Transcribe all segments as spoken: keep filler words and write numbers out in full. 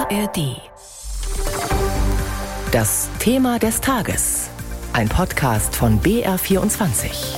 A R D. Das Thema des Tages. Ein Podcast von B R vierundzwanzig.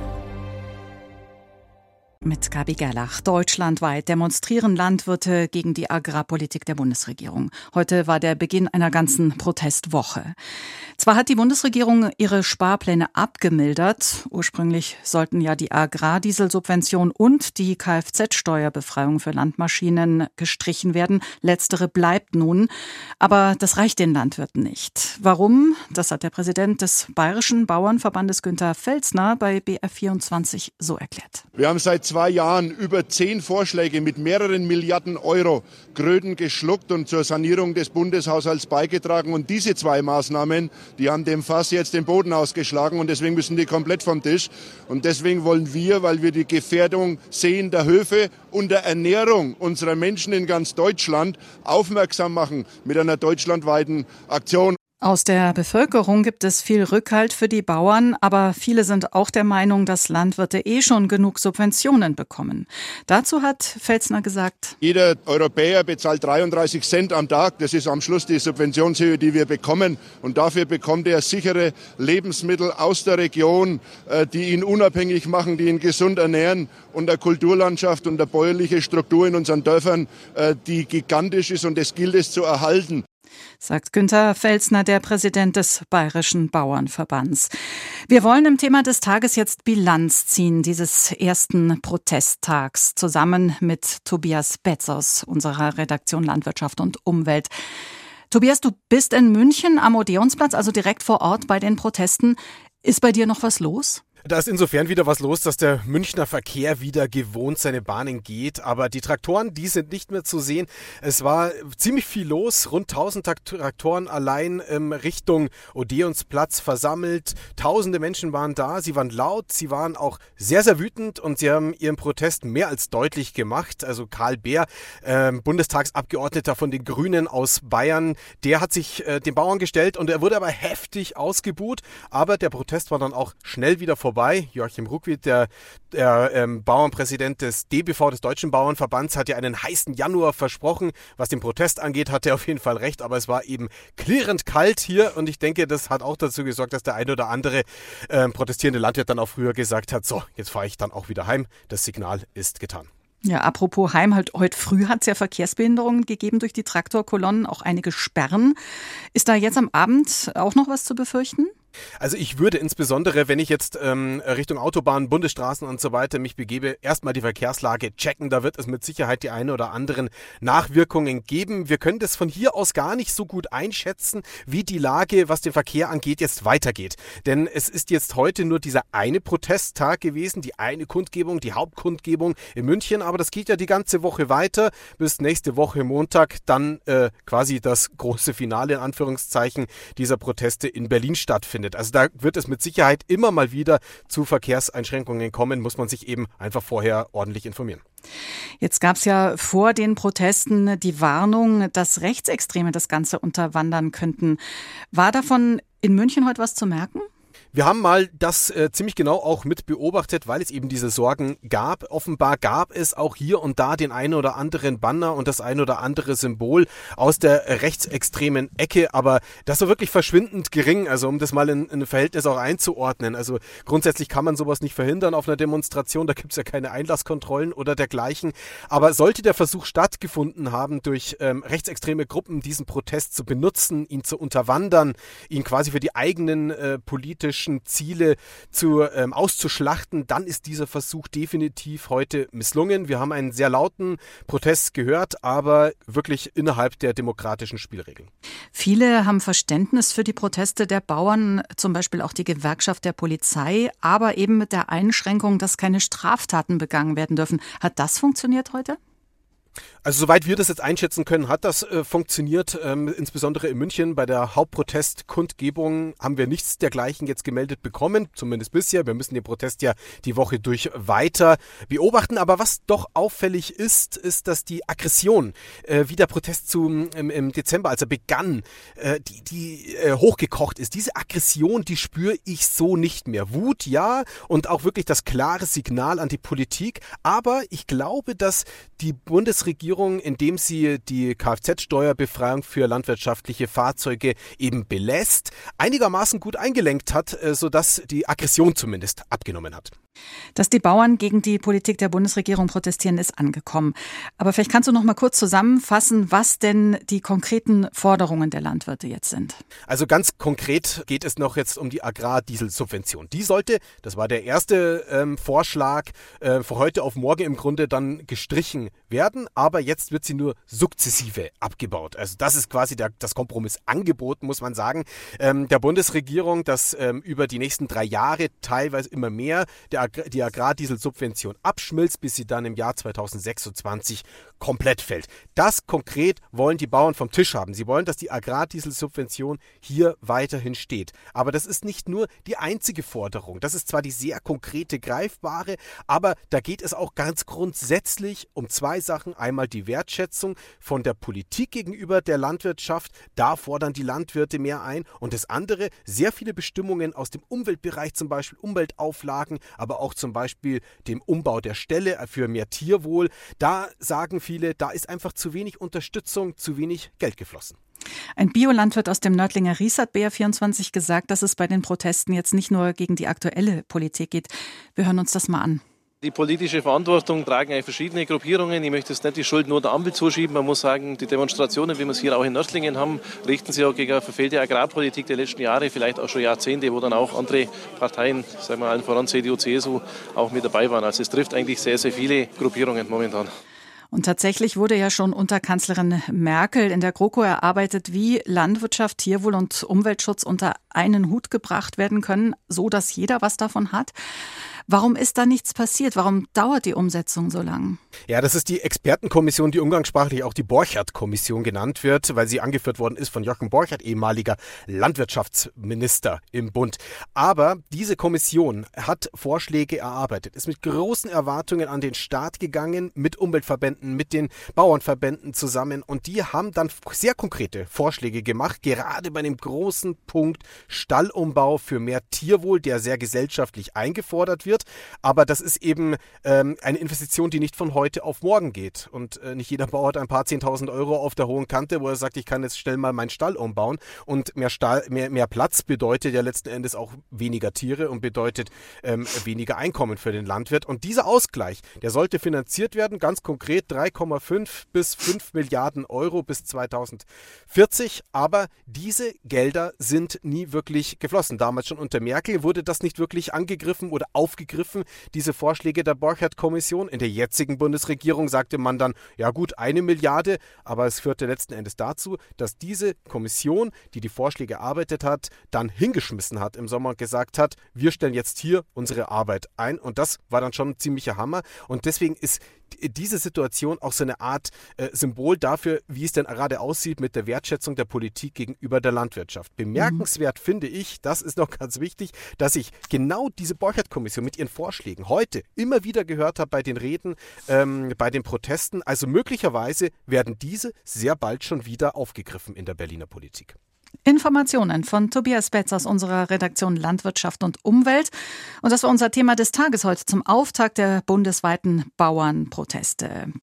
Mit Gabi Gerlach. Deutschlandweit demonstrieren Landwirte gegen die Agrarpolitik der Bundesregierung. Heute war der Beginn einer ganzen Protestwoche. Zwar hat die Bundesregierung ihre Sparpläne abgemildert. Ursprünglich sollten ja die Agrardieselsubvention und die Kfz-Steuerbefreiung für Landmaschinen gestrichen werden. Letztere bleibt nun. Aber das reicht den Landwirten nicht. Warum? Das hat der Präsident des Bayerischen Bauernverbandes Günther Pfälzner bei B R vierundzwanzig so erklärt. Wir haben seit zwei Jahren über zehn Vorschläge mit mehreren Milliarden Euro Gröden geschluckt und zur Sanierung des Bundeshaushalts beigetragen. Und diese zwei Maßnahmen, die haben dem Fass jetzt den Boden ausgeschlagen und deswegen müssen die komplett vom Tisch. Und deswegen wollen wir, weil wir die Gefährdung sehen der Höfe und der Ernährung unserer Menschen in ganz Deutschland, aufmerksam machen mit einer deutschlandweiten Aktion. Aus der Bevölkerung gibt es viel Rückhalt für die Bauern, aber viele sind auch der Meinung, dass Landwirte eh schon genug Subventionen bekommen. Dazu hat Pfälzner gesagt: Jeder Europäer bezahlt dreiunddreißig Cent am Tag. Das ist am Schluss die Subventionshöhe, die wir bekommen. Und dafür bekommt er sichere Lebensmittel aus der Region, die ihn unabhängig machen, die ihn gesund ernähren. Und der Kulturlandschaft und der bäuerliche Struktur in unseren Dörfern, die gigantisch ist, und das gilt es zu erhalten. Sagt Günther Pfälzner, der Präsident des Bayerischen Bauernverbands. Wir wollen im Thema des Tages jetzt Bilanz ziehen, dieses ersten Protesttags, zusammen mit Tobias Betz aus unserer Redaktion Landwirtschaft und Umwelt. Tobias, du bist in München am Odeonsplatz, also direkt vor Ort bei den Protesten. Ist bei dir noch was los? Da ist insofern wieder was los, dass der Münchner Verkehr wieder gewohnt seine Bahnen geht. Aber die Traktoren, die sind nicht mehr zu sehen. Es war ziemlich viel los. Rund tausend Traktoren allein ähm, Richtung Odeonsplatz versammelt. Tausende Menschen waren da. Sie waren laut. Sie waren auch sehr, sehr wütend. Und sie haben ihren Protest mehr als deutlich gemacht. Also Karl Beer, äh, Bundestagsabgeordneter von den Grünen aus Bayern, der hat sich äh, den Bauern gestellt. Und er wurde aber heftig ausgebuht. Aber der Protest war dann auch schnell wieder vorbei. Joachim Ruckwied, der, der ähm, Bauernpräsident des D B V, des Deutschen Bauernverbands, hat ja einen heißen Januar versprochen. Was den Protest angeht, hat er auf jeden Fall recht, aber es war eben klirrend kalt hier und ich denke, das hat auch dazu gesorgt, dass der ein oder andere ähm, protestierende Landwirt dann auch früher gesagt hat, so, jetzt fahre ich dann auch wieder heim. Das Signal ist getan. Ja, apropos Heim, halt, heute früh hat es ja Verkehrsbehinderungen gegeben durch die Traktorkolonnen, auch einige Sperren. Ist da jetzt am Abend auch noch was zu befürchten? Also ich würde insbesondere, wenn ich jetzt ähm, Richtung Autobahn, Bundesstraßen und so weiter mich begebe, erstmal die Verkehrslage checken. Da wird es mit Sicherheit die eine oder anderen Nachwirkungen geben. Wir können das von hier aus gar nicht so gut einschätzen, wie die Lage, was den Verkehr angeht, jetzt weitergeht. Denn es ist jetzt heute nur dieser eine Protesttag gewesen, die eine Kundgebung, die Hauptkundgebung in München. Aber das geht ja die ganze Woche weiter, bis nächste Woche Montag dann äh, quasi das große Finale in Anführungszeichen dieser Proteste in Berlin stattfindet. Also da wird es mit Sicherheit immer mal wieder zu Verkehrseinschränkungen kommen, muss man sich eben einfach vorher ordentlich informieren. Jetzt gab es ja vor den Protesten die Warnung, dass Rechtsextreme das Ganze unterwandern könnten. War davon in München heute was zu merken? Wir haben mal das äh, ziemlich genau auch mit beobachtet, weil es eben diese Sorgen gab. Offenbar gab es auch hier und da den einen oder anderen Banner und das ein oder andere Symbol aus der rechtsextremen Ecke, aber das war wirklich verschwindend gering, also um das mal in, in ein Verhältnis auch einzuordnen. Also grundsätzlich kann man sowas nicht verhindern auf einer Demonstration, da gibt es ja keine Einlasskontrollen oder dergleichen, aber sollte der Versuch stattgefunden haben, durch ähm, rechtsextreme Gruppen diesen Protest zu benutzen, ihn zu unterwandern, ihn quasi für die eigenen äh, politischen Ziele zu, ähm, auszuschlachten, dann ist dieser Versuch definitiv heute misslungen. Wir haben einen sehr lauten Protest gehört, aber wirklich innerhalb der demokratischen Spielregeln. Viele haben Verständnis für die Proteste der Bauern, zum Beispiel auch die Gewerkschaft der Polizei, aber eben mit der Einschränkung, dass keine Straftaten begangen werden dürfen. Hat das funktioniert heute? Also soweit wir das jetzt einschätzen können, hat das äh, funktioniert. Ähm, insbesondere in München bei der Hauptprotestkundgebung haben wir nichts dergleichen jetzt gemeldet bekommen, zumindest bisher. Wir müssen den Protest ja die Woche durch weiter beobachten. Aber was doch auffällig ist, ist, dass die Aggression, äh, wie der Protest zum, im, im Dezember, als er begann, äh, die, die äh, hochgekocht ist. Diese Aggression, die spüre ich so nicht mehr. Wut, ja, und auch wirklich das klare Signal an die Politik. Aber ich glaube, dass die Bundesregierung Bundesregierung, indem sie die Kfz-Steuerbefreiung für landwirtschaftliche Fahrzeuge eben belässt, einigermaßen gut eingelenkt hat, sodass die Aggression zumindest abgenommen hat. Dass die Bauern gegen die Politik der Bundesregierung protestieren, ist angekommen. Aber vielleicht kannst du noch mal kurz zusammenfassen, was denn die konkreten Forderungen der Landwirte jetzt sind. Also ganz konkret geht es noch jetzt um die Agrardieselsubvention. Die sollte, das war der erste ähm, Vorschlag, äh, von heute auf morgen im Grunde dann gestrichen werden, aber jetzt wird sie nur sukzessive abgebaut. Also das ist quasi der, das Kompromissangebot, muss man sagen, ähm, der Bundesregierung, dass ähm, über die nächsten drei Jahre teilweise immer mehr der die Agrardieselsubvention abschmilzt, bis sie dann im Jahr zweitausendsechsundzwanzig komplett fällt. Das konkret wollen die Bauern vom Tisch haben. Sie wollen, dass die Agrardieselsubvention hier weiterhin steht. Aber das ist nicht nur die einzige Forderung. Das ist zwar die sehr konkrete, greifbare, aber da geht es auch ganz grundsätzlich um zwei Sachen. Einmal die Wertschätzung von der Politik gegenüber der Landwirtschaft. Da fordern die Landwirte mehr ein. Und das andere, sehr viele Bestimmungen aus dem Umweltbereich, zum Beispiel Umweltauflagen, aber auch zum Beispiel dem Umbau der Ställe für mehr Tierwohl. Da sagen viele, da ist einfach zu wenig Unterstützung, zu wenig Geld geflossen. Ein Biolandwirt aus dem Nördlinger Ries hat B R vierundzwanzig gesagt, dass es bei den Protesten jetzt nicht nur gegen die aktuelle Politik geht. Wir hören uns das mal an. Die politische Verantwortung tragen eigentlich verschiedene Gruppierungen. Ich möchte jetzt nicht die Schuld nur der Ampel zuschieben. Man muss sagen, die Demonstrationen, wie wir es hier auch in Nördlingen haben, richten sich auch gegen eine verfehlte Agrarpolitik der letzten Jahre, vielleicht auch schon Jahrzehnte, wo dann auch andere Parteien, sagen wir allen voran C D U, C S U, auch mit dabei waren. Also es trifft eigentlich sehr, sehr viele Gruppierungen momentan. Und tatsächlich wurde ja schon unter Kanzlerin Merkel in der GroKo erarbeitet, wie Landwirtschaft, Tierwohl und Umweltschutz unter einen Hut gebracht werden können, so dass jeder was davon hat. Warum ist da nichts passiert? Warum dauert die Umsetzung so lang? Ja, das ist die Expertenkommission, die umgangssprachlich auch die Borchert-Kommission genannt wird, weil sie angeführt worden ist von Jochen Borchert, ehemaliger Landwirtschaftsminister im Bund. Aber diese Kommission hat Vorschläge erarbeitet, ist mit großen Erwartungen an den Staat gegangen, mit Umweltverbänden, mit den Bauernverbänden zusammen, und die haben dann sehr konkrete Vorschläge gemacht, gerade bei dem großen Punkt Stallumbau für mehr Tierwohl, der sehr gesellschaftlich eingefordert wird. Aber das ist eben ähm, eine Investition, die nicht von heute auf morgen geht. Und äh, nicht jeder Bauer hat ein paar zehntausend Euro auf der hohen Kante, wo er sagt, ich kann jetzt schnell mal meinen Stall umbauen. Und mehr, Stall, mehr, mehr Platz bedeutet ja letzten Endes auch weniger Tiere und bedeutet ähm, weniger Einkommen für den Landwirt. Und dieser Ausgleich, der sollte finanziert werden, ganz konkret drei Komma fünf bis fünf Milliarden Euro bis zweitausendvierzig. Aber diese Gelder sind nie wirklich geflossen. Damals schon unter Merkel wurde das nicht wirklich angegriffen oder aufgegriffen. Diese Vorschläge der Borchert-Kommission. In der jetzigen Bundesregierung sagte man dann, ja gut, eine Milliarde, aber es führte letzten Endes dazu, dass diese Kommission, die die Vorschläge erarbeitet hat, dann hingeschmissen hat im Sommer und gesagt hat, wir stellen jetzt hier unsere Arbeit ein, und das war dann schon ein ziemlicher Hammer, und deswegen ist diese Situation auch so eine Art äh, Symbol dafür, wie es denn gerade aussieht mit der Wertschätzung der Politik gegenüber der Landwirtschaft. Bemerkenswert mhm. finde ich, das ist noch ganz wichtig, dass ich genau diese Borchert-Kommission mit ihren Vorschlägen heute immer wieder gehört habe bei den Reden, ähm, bei den Protesten. Also möglicherweise werden diese sehr bald schon wieder aufgegriffen in der Berliner Politik. Informationen von Tobias Betz aus unserer Redaktion Landwirtschaft und Umwelt. Und das war unser Thema des Tages heute zum Auftakt der bundesweiten Bauernproteste.